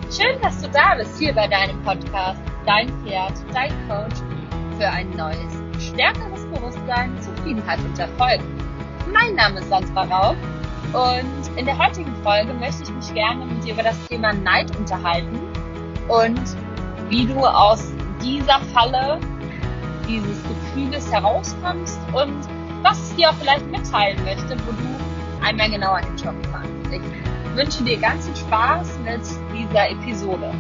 Schön, dass du da bist, hier bei deinem Podcast, dein Pferd, dein Coach für ein neues, stärkeres Bewusstsein, Zufriedenheit und Erfolg. Mein Name ist Sandra Rauch und in der heutigen Folge möchte ich mich gerne mit dir über das Thema Neid unterhalten und wie du aus dieser Falle, dieses Gefühles herauskommst und was ich dir auch vielleicht mitteilen möchte, wo du einmal genauer hinschauen kannst. Ich wünsche dir ganz viel Spaß mit dieser Episode.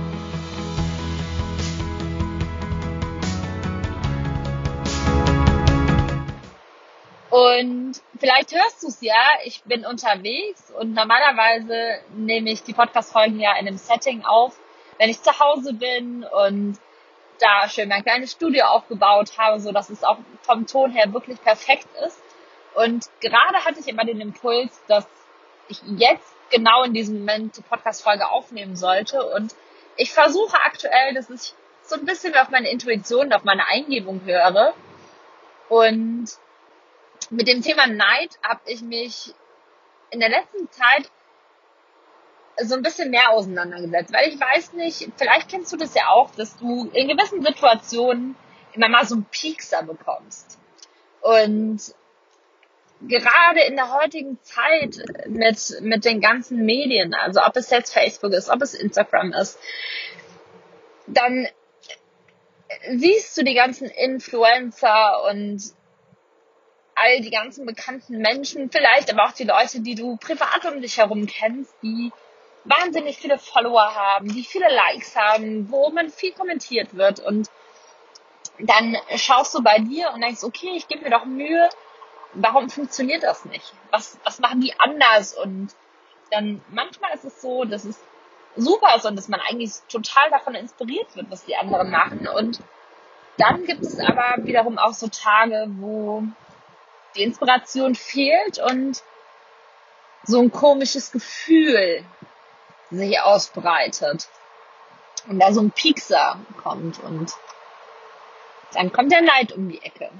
Und vielleicht hörst du es ja, ich bin unterwegs und normalerweise nehme ich die Podcast-Folgen ja in einem Setting auf, wenn ich zu Hause bin und da schön mein kleines Studio aufgebaut habe, so dass es auch vom Ton her wirklich perfekt ist. Und gerade hatte ich immer den Impuls, dass ich jetzt genau in diesem Moment die Podcast-Folge aufnehmen sollte. Und ich versuche aktuell, dass ich so ein bisschen auf meine Intuition, auf meine Eingebung höre. Und mit dem Thema Neid habe ich mich in der letzten Zeit so ein bisschen mehr auseinandergesetzt. Weil ich weiß nicht, vielleicht kennst du das ja auch, dass du in gewissen Situationen immer mal so einen Piekser bekommst. Und gerade in der heutigen Zeit mit den ganzen Medien, also ob es jetzt Facebook ist, ob es Instagram ist, dann siehst du die ganzen Influencer und all die ganzen bekannten Menschen, vielleicht aber auch die Leute, die du privat um dich herum kennst, die wahnsinnig viele Follower haben, die viele Likes haben, wo man viel kommentiert wird. Und dann schaust du bei dir und denkst, okay, ich gebe mir doch Mühe, warum funktioniert das nicht? Was machen die anders? Und dann manchmal ist es so, dass es super ist und dass man eigentlich total davon inspiriert wird, was die anderen machen. Und dann gibt es aber wiederum auch so Tage, wo die Inspiration fehlt und so ein komisches Gefühl sich ausbreitet. Und da so ein Piekser kommt und dann kommt der Neid um die Ecke.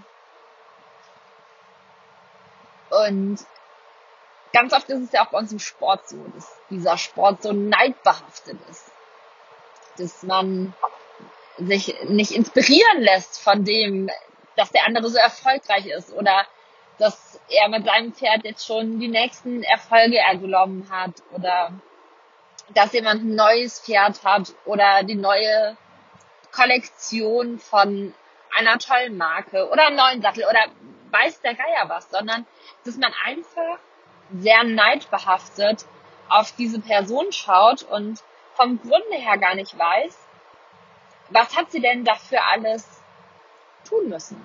Und ganz oft ist es ja auch bei uns im Sport so, dass dieser Sport so neidbehaftet ist. Dass man sich nicht inspirieren lässt von dem, dass der andere so erfolgreich ist oder dass er mit seinem Pferd jetzt schon die nächsten Erfolge erklommen hat oder dass jemand ein neues Pferd hat oder die neue Kollektion von einer tollen Marke oder einen neuen Sattel oder weiß der Geier was, sondern dass man einfach sehr neidbehaftet auf diese Person schaut und vom Grunde her gar nicht weiß, was hat sie denn dafür alles tun müssen?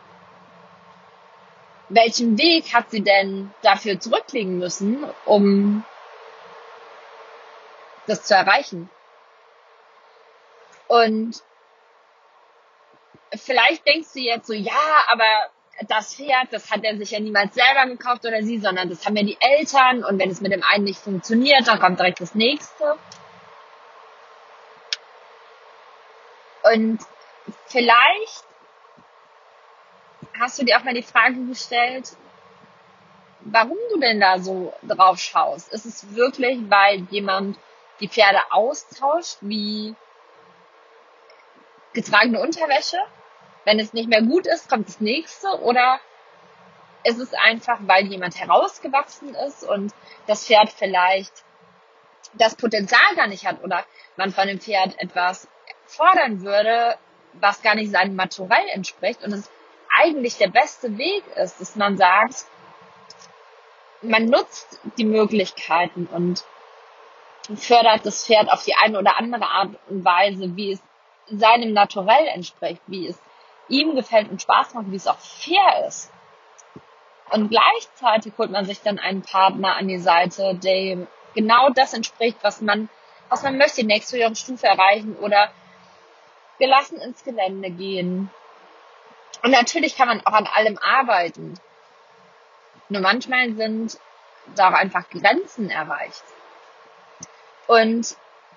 Welchen Weg hat sie denn dafür zurücklegen müssen, um das zu erreichen? Und vielleicht denkst du jetzt so, ja, aber das Pferd, das hat er sich ja niemals selber gekauft oder sie, sondern das haben ja die Eltern und wenn es mit dem einen nicht funktioniert, dann kommt direkt das nächste. Und vielleicht hast du dir auch mal die Frage gestellt, warum du denn da so drauf schaust. Ist es wirklich, weil jemand die Pferde austauscht wie getragene Unterwäsche? Wenn es nicht mehr gut ist, kommt das nächste? Oder ist es einfach, weil jemand herausgewachsen ist und das Pferd vielleicht das Potenzial gar nicht hat oder man von dem Pferd etwas fordern würde, was gar nicht seinem Naturell entspricht und es eigentlich der beste Weg ist, dass man sagt, man nutzt die Möglichkeiten und fördert das Pferd auf die eine oder andere Art und Weise, wie es seinem Naturell entspricht, wie es ihm gefällt und Spaß macht, wie es auch fair ist. Und gleichzeitig holt man sich dann einen Partner an die Seite, dem genau das entspricht, was man möchte, die nächste höhere Stufe erreichen oder gelassen ins Gelände gehen. Und natürlich kann man auch an allem arbeiten. Nur manchmal sind da auch einfach Grenzen erreicht. Und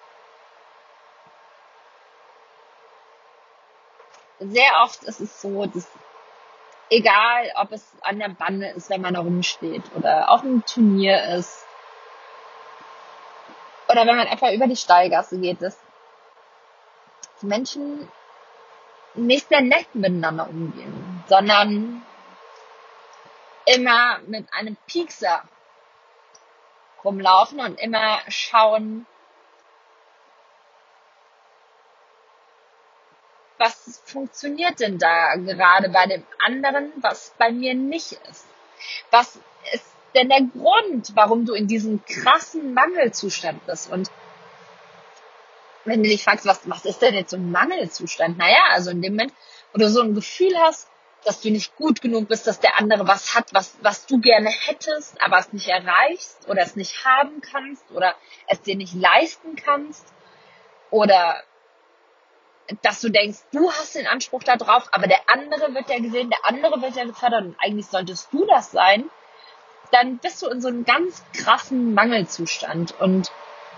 sehr oft ist es so, dass egal, ob es an der Bande ist, wenn man da rumsteht oder auf einem Turnier ist Oder wenn man einfach über die Steigasse geht, dass die Menschen nicht sehr nett miteinander umgehen, sondern immer mit einem Piekser rumlaufen und immer schauen, was funktioniert denn da gerade bei dem anderen, was bei mir nicht ist? Was ist denn der Grund, warum du in diesem krassen Mangelzustand bist? Und wenn du dich fragst, was ist denn jetzt so ein Mangelzustand? Naja, also in dem Moment, wo du so ein Gefühl hast, dass du nicht gut genug bist, dass der andere was hat, was du gerne hättest, aber es nicht erreichst oder es nicht haben kannst oder es dir nicht leisten kannst, oder dass du denkst, du hast den Anspruch da drauf, aber der andere wird ja gesehen, der andere wird ja gefördert und eigentlich solltest du das sein, dann bist du in so einem ganz krassen Mangelzustand. Und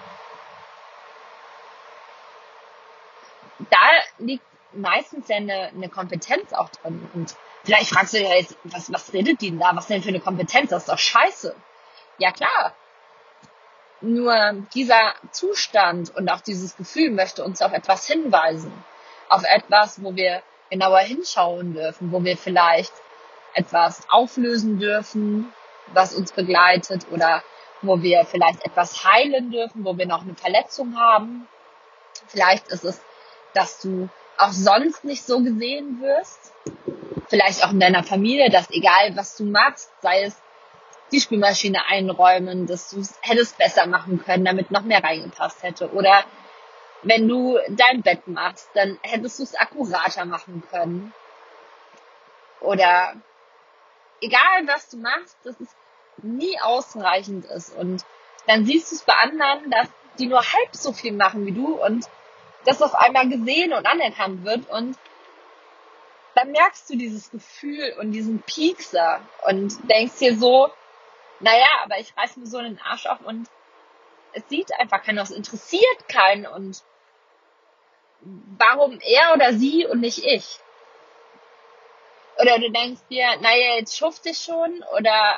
da liegt meistens ja eine Kompetenz auch drin. Und vielleicht fragst du dich ja jetzt, was redet die denn da? Was denn für eine Kompetenz? Das ist doch scheiße. Ja klar. Nur dieser Zustand und auch dieses Gefühl möchte uns auf etwas hinweisen. Auf etwas, wo wir genauer hinschauen dürfen, wo wir vielleicht etwas auflösen dürfen, was uns begleitet, oder wo wir vielleicht etwas heilen dürfen, wo wir noch eine Verletzung haben. Vielleicht ist es, dass du auch sonst nicht so gesehen wirst. Vielleicht auch in deiner Familie, dass egal was du machst, sei es die Spülmaschine einräumen, dass du es hättest besser machen können, damit noch mehr reingepasst hätte. Oder wenn du dein Bett machst, dann hättest du es akkurater machen können. Oder egal was du machst, dass es nie ausreichend ist. Und dann siehst du es bei anderen, dass die nur halb so viel machen wie du und das auf einmal gesehen und anerkannt wird. Und dann merkst du dieses Gefühl und diesen Piekser und denkst dir so, naja, aber ich reiß mir so einen Arsch auf und es sieht einfach keiner, es interessiert keinen, und warum er oder sie und nicht ich? Oder du denkst dir, naja, jetzt schufte ich schon, oder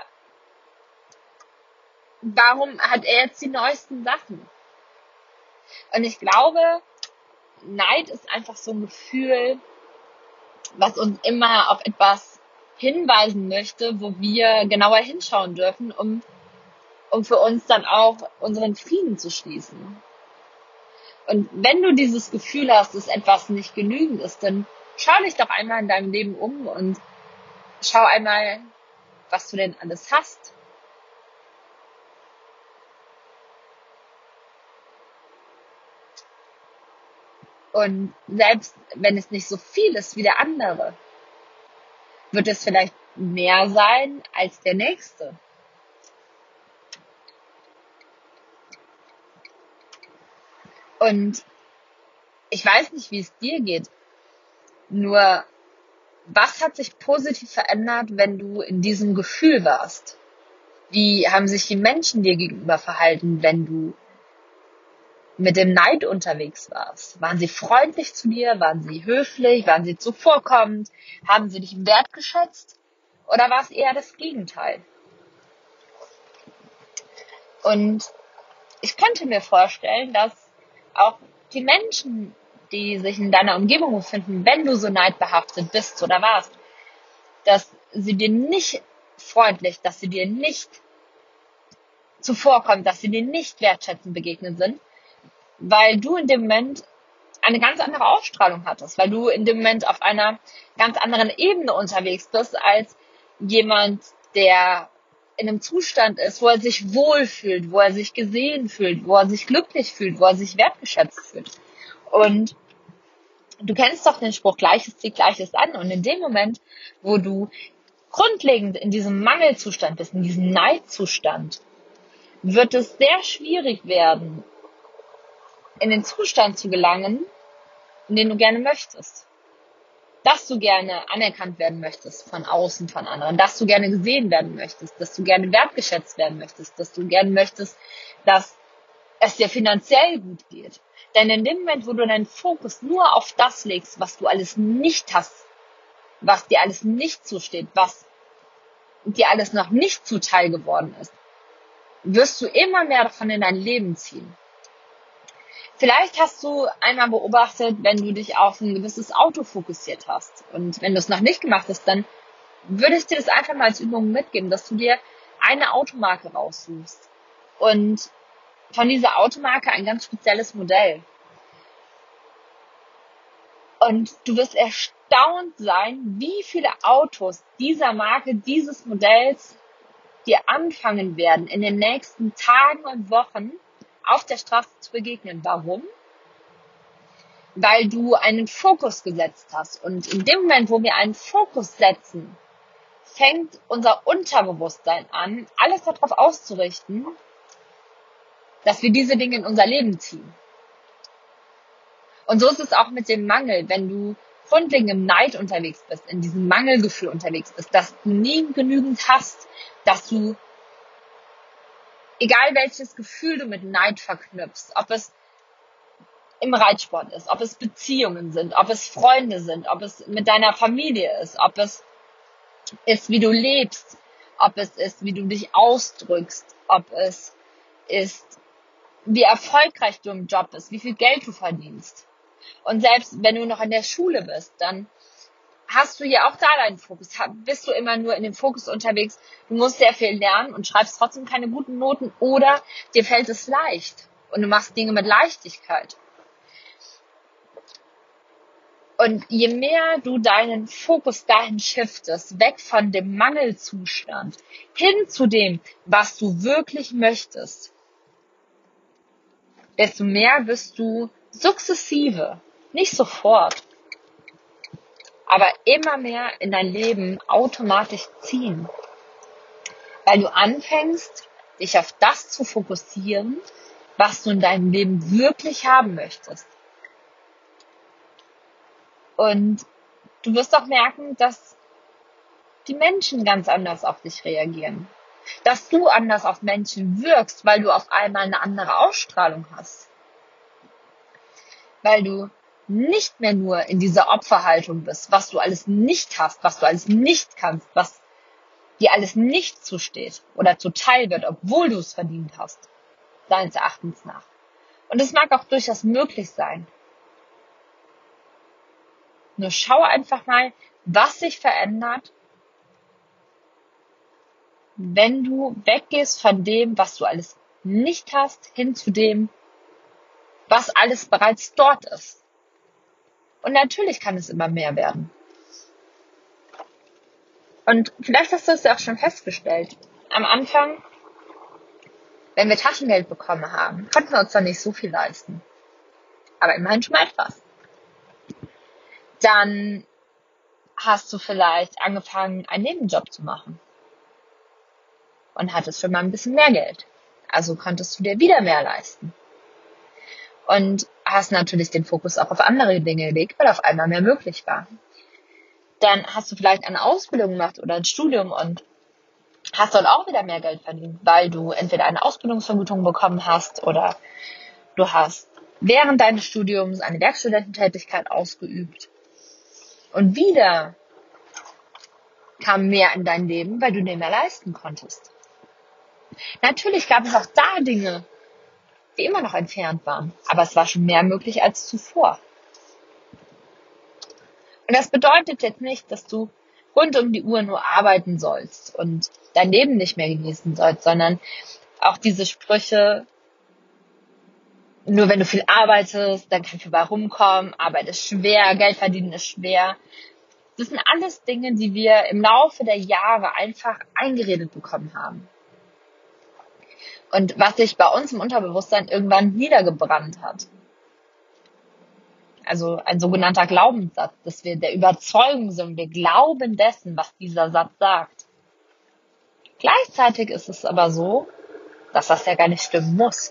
warum hat er jetzt die neuesten Sachen? Und ich glaube, Neid ist einfach so ein Gefühl, was uns immer auf etwas hinweisen möchte, wo wir genauer hinschauen dürfen, um für uns dann auch unseren Frieden zu schließen. Und wenn du dieses Gefühl hast, dass etwas nicht genügend ist, dann schau dich doch einmal in deinem Leben um und schau einmal, was du denn alles hast. Und selbst wenn es nicht so viel ist wie der andere, wird es vielleicht mehr sein als der nächste. Und ich weiß nicht, wie es dir geht, nur was hat sich positiv verändert, wenn du in diesem Gefühl warst? Wie haben sich die Menschen dir gegenüber verhalten, wenn du mit dem Neid unterwegs warst? Waren sie freundlich zu dir? Waren sie höflich? Waren sie zuvorkommend? Haben sie dich wertgeschätzt? Oder war es eher das Gegenteil? Und ich könnte mir vorstellen, dass auch die Menschen, die sich in deiner Umgebung befinden, wenn du so neidbehaftet bist oder warst, dass sie dir nicht freundlich, dass sie dir nicht zuvorkommen, dass sie dir nicht wertschätzend begegnet sind, weil du in dem Moment eine ganz andere Ausstrahlung hattest, weil du in dem Moment auf einer ganz anderen Ebene unterwegs bist als jemand, der in einem Zustand ist, wo er sich wohlfühlt, wo er sich gesehen fühlt, wo er sich glücklich fühlt, wo er sich wertgeschätzt fühlt. Und du kennst doch den Spruch, Gleiches zieht Gleiches an. Und in dem Moment, wo du grundlegend in diesem Mangelzustand bist, in diesem Neidzustand, wird es sehr schwierig werden, in den Zustand zu gelangen, in den du gerne möchtest. Dass du gerne anerkannt werden möchtest von außen, von anderen, dass du gerne gesehen werden möchtest, dass du gerne wertgeschätzt werden möchtest, dass du gerne möchtest, dass es dir finanziell gut geht. Denn in dem Moment, wo du deinen Fokus nur auf das legst, was du alles nicht hast, was dir alles nicht zusteht, was dir alles noch nicht zuteil geworden ist, wirst du immer mehr davon in dein Leben ziehen. Vielleicht hast du einmal beobachtet, wenn du dich auf ein gewisses Auto fokussiert hast. Und wenn du es noch nicht gemacht hast, dann würde ich dir das einfach mal als Übung mitgeben, dass du dir eine Automarke raussuchst. Und von dieser Automarke ein ganz spezielles Modell. Und du wirst erstaunt sein, wie viele Autos dieser Marke, dieses Modells dir anfangen werden, in den nächsten Tagen und Wochen auf der Straße zu begegnen. Warum? Weil du einen Fokus gesetzt hast. Und in dem Moment, wo wir einen Fokus setzen, fängt unser Unterbewusstsein an, alles darauf auszurichten, dass wir diese Dinge in unser Leben ziehen. Und so ist es auch mit dem Mangel, wenn du grundlegend im Neid unterwegs bist, in diesem Mangelgefühl unterwegs bist, dass du nie genügend hast, dass du, egal welches Gefühl du mit Neid verknüpfst, ob es im Reitsport ist, ob es Beziehungen sind, ob es Freunde sind, ob es mit deiner Familie ist, ob es ist, wie du lebst, ob es ist, wie du dich ausdrückst, ob es ist, wie erfolgreich du im Job bist, wie viel Geld du verdienst. Und selbst wenn du noch in der Schule bist, dann hast du ja auch da deinen Fokus. Bist du immer nur in dem Fokus unterwegs, du musst sehr viel lernen und schreibst trotzdem keine guten Noten oder dir fällt es leicht und du machst Dinge mit Leichtigkeit. Und je mehr du deinen Fokus dahin shiftest, weg von dem Mangelzustand, hin zu dem, was du wirklich möchtest, desto mehr wirst du sukzessive, nicht sofort, aber immer mehr in dein Leben automatisch ziehen. Weil du anfängst, dich auf das zu fokussieren, was du in deinem Leben wirklich haben möchtest. Und du wirst auch merken, dass die Menschen ganz anders auf dich reagieren. Dass du anders auf Menschen wirkst, weil du auf einmal eine andere Ausstrahlung hast. Weil du nicht mehr nur in dieser Opferhaltung bist, was du alles nicht hast, was du alles nicht kannst, was dir alles nicht zusteht oder zuteil wird, obwohl du es verdient hast, deines Erachtens nach. Und es mag auch durchaus möglich sein. Nur schau einfach mal, was sich verändert, wenn du weggehst von dem, was du alles nicht hast, hin zu dem, was alles bereits dort ist. Und natürlich kann es immer mehr werden. Und vielleicht hast du es ja auch schon festgestellt. Am Anfang, wenn wir Taschengeld bekommen haben, konnten wir uns doch nicht so viel leisten. Aber immerhin schon mal etwas. Dann hast du vielleicht angefangen, einen Nebenjob zu machen. Und hattest schon mal ein bisschen mehr Geld. Also konntest du dir wieder mehr leisten. Und hast natürlich den Fokus auch auf andere Dinge gelegt, weil auf einmal mehr möglich war. Dann hast du vielleicht eine Ausbildung gemacht oder ein Studium und hast dort auch wieder mehr Geld verdient, weil du entweder eine Ausbildungsvergütung bekommen hast oder du hast während deines Studiums eine Werkstudententätigkeit ausgeübt. Und wieder kam mehr in dein Leben, weil du dir mehr leisten konntest. Natürlich gab es auch da Dinge, die immer noch entfernt waren, aber es war schon mehr möglich als zuvor. Und das bedeutet jetzt nicht, dass du rund um die Uhr nur arbeiten sollst und dein Leben nicht mehr genießen sollst, sondern auch diese Sprüche, nur wenn du viel arbeitest, dann kann viel bei rumkommen, Arbeit ist schwer, Geld verdienen ist schwer. Das sind alles Dinge, die wir im Laufe der Jahre einfach eingeredet bekommen haben. Und was sich bei uns im Unterbewusstsein irgendwann niedergebrannt hat. Also ein sogenannter Glaubenssatz, dass wir der Überzeugung sind, wir glauben dessen, was dieser Satz sagt. Gleichzeitig ist es aber so, dass das ja gar nicht stimmen muss.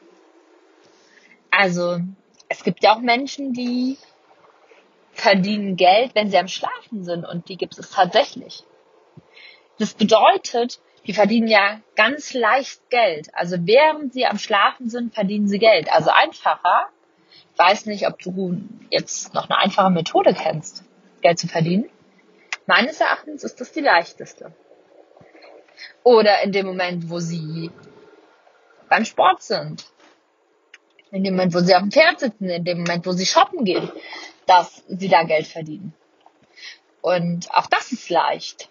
Also es gibt ja auch Menschen, die verdienen Geld, wenn sie am Schlafen sind, und die gibt es tatsächlich. Das bedeutet, die verdienen ja ganz leicht Geld. Also während sie am Schlafen sind, verdienen sie Geld. Also einfacher. Ich weiß nicht, ob du jetzt noch eine einfache Methode kennst, Geld zu verdienen. Meines Erachtens ist das die leichteste. Oder in dem Moment, wo sie beim Sport sind. in dem Moment, wo sie auf dem Pferd sitzen, in dem Moment, wo sie shoppen gehen, dass sie da Geld verdienen. Und auch das ist leicht.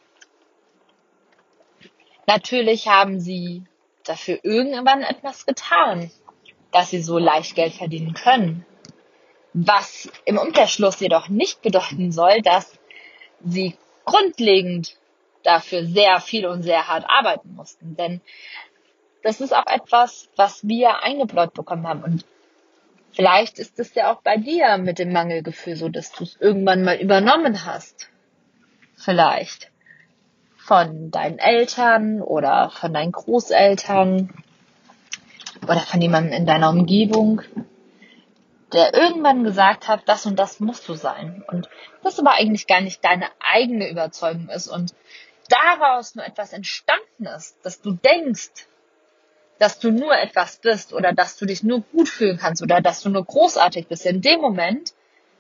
Natürlich haben sie dafür irgendwann etwas getan, dass sie so leicht Geld verdienen können. Was im Umkehrschluss jedoch nicht bedeuten soll, dass sie grundlegend dafür sehr viel und sehr hart arbeiten mussten. Denn das ist auch etwas, was wir eingebläut bekommen haben. Und vielleicht ist es ja auch bei dir mit dem Mangelgefühl so, dass du es irgendwann mal übernommen hast. Vielleicht von deinen Eltern oder von deinen Großeltern oder von jemandem in deiner Umgebung, der irgendwann gesagt hat, das und das musst du sein. Und das aber eigentlich gar nicht deine eigene Überzeugung ist und daraus nur etwas entstanden ist, dass du denkst, dass du nur etwas bist oder dass du dich nur gut fühlen kannst oder dass du nur großartig bist. In dem Moment,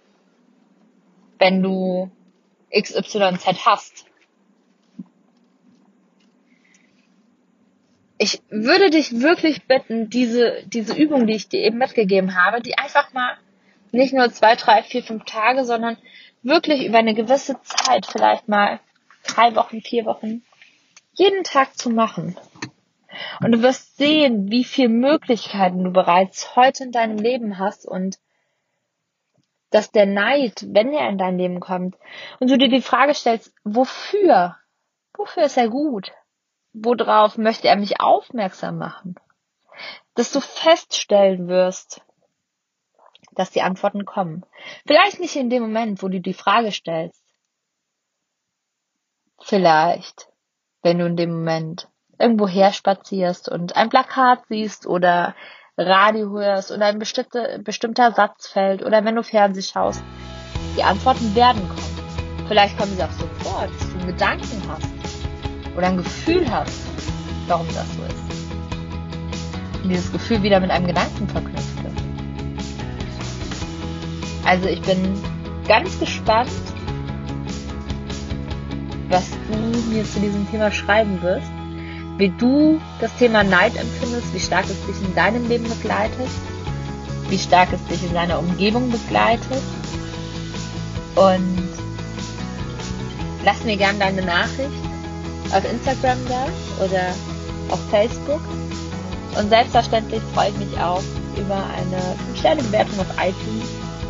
wenn du XYZ hast. Ich würde dich wirklich bitten, diese Übung, die ich dir eben mitgegeben habe, die einfach mal nicht nur 2, 3, 4, 5 Tage, sondern wirklich über eine gewisse Zeit, vielleicht mal 3 Wochen, 4 Wochen, jeden Tag zu machen. Und du wirst sehen, wie viele Möglichkeiten du bereits heute in deinem Leben hast und dass der Neid, wenn er in dein Leben kommt und du dir die Frage stellst, wofür? Wofür ist er gut? Worauf möchte er mich aufmerksam machen? Dass du feststellen wirst, dass die Antworten kommen. Vielleicht nicht in dem Moment, wo du die Frage stellst. Vielleicht, wenn du in dem Moment irgendwo her spazierst und ein Plakat siehst oder Radio hörst oder ein bestimmter Satz fällt oder wenn du Fernsehen schaust. Die Antworten werden kommen. Vielleicht kommen sie auch sofort, dass du einen Gedanken hast oder ein Gefühl hast, warum das so ist. Und dieses Gefühl wieder mit einem Gedanken verknüpft ist. Also ich bin ganz gespannt, was du mir zu diesem Thema schreiben wirst, wie du das Thema Neid empfindest, wie stark es dich in deinem Leben begleitet, wie stark es dich in deiner Umgebung begleitet. Und lass mir gerne deine Nachricht auf Instagram da oder auf Facebook. Und selbstverständlich freue ich mich auch über eine 5-Sterne-Bewertung auf iTunes.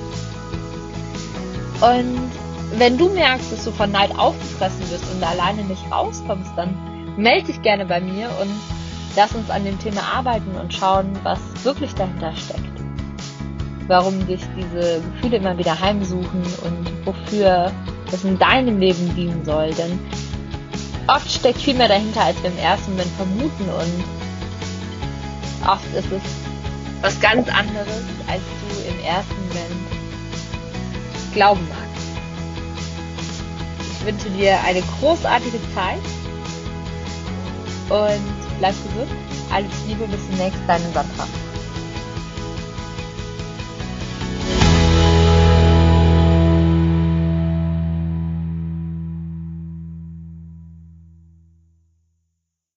Und wenn du merkst, dass du von Neid aufgefressen wirst und da alleine nicht rauskommst, dann melde dich gerne bei mir und lass uns an dem Thema arbeiten und schauen, was wirklich dahinter steckt. Warum dich diese Gefühle immer wieder heimsuchen und wofür das in deinem Leben dienen soll. Denn oft steckt viel mehr dahinter, als wir im ersten Moment vermuten und oft ist es was ganz anderes, als du im ersten Moment glauben magst. Ich wünsche dir eine großartige Zeit und bleib gesund. Alles Liebe, bis demnächst, deine Sandra.